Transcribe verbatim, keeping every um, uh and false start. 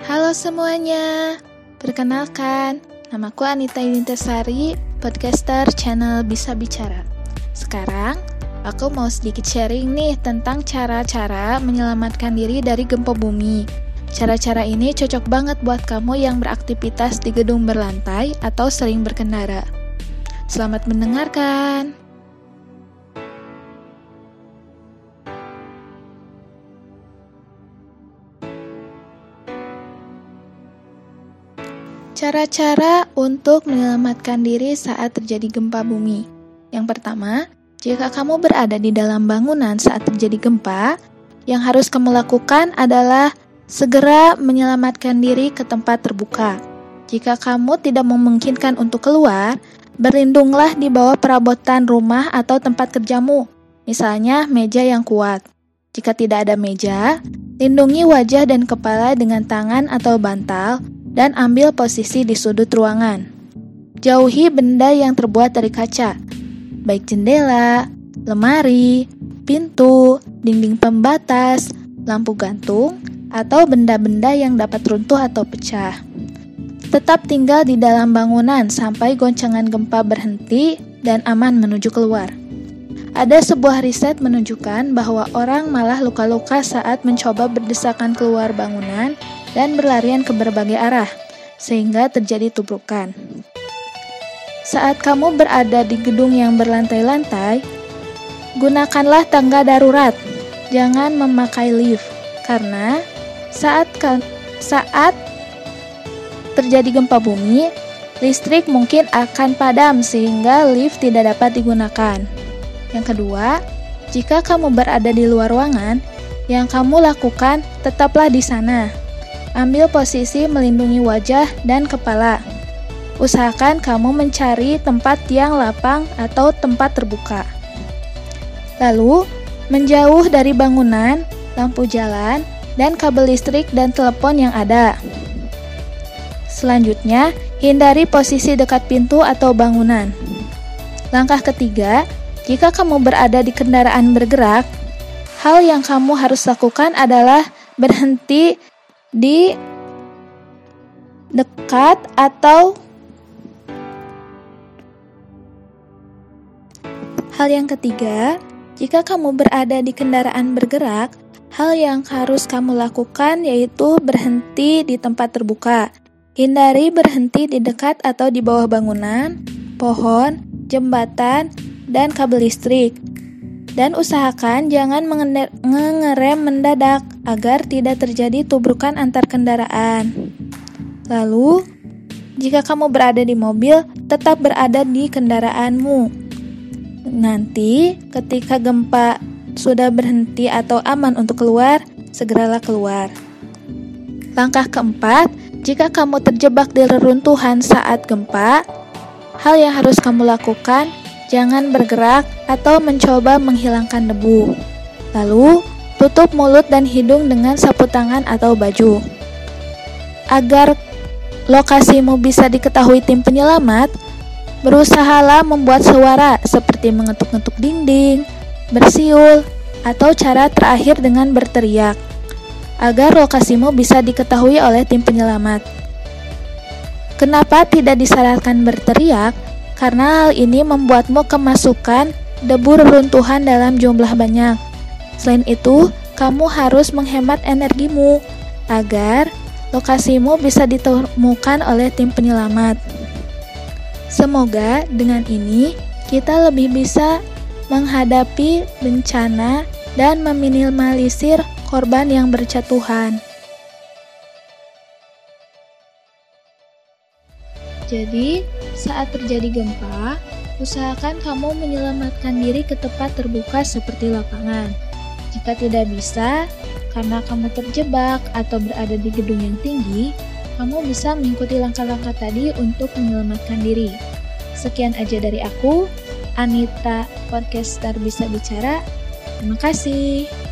Halo semuanya, perkenalkan, namaku Anita Yunitesari, podcaster channel Bisa Bicara. Sekarang, aku mau sedikit sharing nih tentang cara-cara menyelamatkan diri dari gempa bumi. Cara-cara ini cocok banget buat kamu yang beraktivitas di gedung berlantai atau sering berkendara. Selamat mendengarkan. Cara-cara untuk menyelamatkan diri saat terjadi gempa bumi. Yang pertama, jika kamu berada di dalam bangunan saat terjadi gempa, yang harus kamu lakukan adalah segera menyelamatkan diri ke tempat terbuka. Jika kamu tidak memungkinkan untuk keluar, berlindunglah di bawah perabotan rumah atau tempat kerjamu, misalnya meja yang kuat. Jika tidak ada meja, lindungi wajah dan kepala dengan tangan atau bantal, dan ambil posisi di sudut ruangan. Jauhi benda yang terbuat dari kaca, baik jendela, lemari, pintu, dinding pembatas, lampu gantung, atau benda-benda yang dapat runtuh atau pecah. Tetap tinggal di dalam bangunan sampai goncangan gempa berhenti dan aman menuju keluar. Ada sebuah riset menunjukkan bahwa orang malah luka-luka saat mencoba berdesakan keluar bangunan dan berlarian ke berbagai arah, sehingga terjadi tubrukan. Saat kamu berada di gedung yang berlantai-lantai, gunakanlah tangga darurat. Jangan memakai lift, karena saat saat terjadi gempa bumi, listrik mungkin akan padam sehingga lift tidak dapat digunakan. Yang kedua, jika kamu berada di luar ruangan, yang kamu lakukan tetaplah di sana. Ambil posisi melindungi wajah dan kepala. Usahakan kamu mencari tempat yang lapang atau tempat terbuka. Lalu, menjauh dari bangunan, lampu jalan, dan kabel listrik dan telepon yang ada. Selanjutnya, hindari posisi dekat pintu atau bangunan. Langkah ketiga, jika kamu berada di kendaraan bergerak, hal yang kamu harus lakukan adalah berhenti di dekat atau hal yang ketiga, jika kamu berada di kendaraan bergerak, hal yang harus kamu lakukan yaitu berhenti di tempat terbuka. Hindari berhenti di dekat atau di bawah bangunan, pohon, jembatan, dan kabel listrik. Dan usahakan jangan mengerem mendadak agar tidak terjadi tubrukan antar kendaraan. Lalu, jika kamu berada di mobil, tetap berada di kendaraanmu. Nanti, ketika gempa sudah berhenti atau aman untuk keluar, segeralah keluar. Langkah keempat, jika kamu terjebak di reruntuhan saat gempa, hal yang harus kamu lakukan, jangan bergerak atau mencoba menghilangkan debu. Lalu, tutup mulut dan hidung dengan sapu tangan atau baju. Agar lokasimu bisa diketahui tim penyelamat, berusahalah membuat suara seperti mengetuk-ngetuk dinding, bersiul, atau cara terakhir dengan berteriak, agar lokasimu bisa diketahui oleh tim penyelamat. Kenapa tidak disarankan berteriak? Karena hal ini membuatmu kemasukan debu reruntuhan dalam jumlah banyak. Selain itu, kamu harus menghemat energimu agar lokasimu bisa ditemukan oleh tim penyelamat. Semoga dengan ini kita lebih bisa menghadapi bencana dan meminimalisir korban yang berjatuhan. Jadi, saat terjadi gempa, usahakan kamu menyelamatkan diri ke tempat terbuka seperti lapangan. Jika tidak bisa, karena kamu terjebak atau berada di gedung yang tinggi, kamu bisa mengikuti langkah-langkah tadi untuk menyelamatkan diri. Sekian aja dari aku, Anita, podcaster Bisa Bicara. Terima kasih.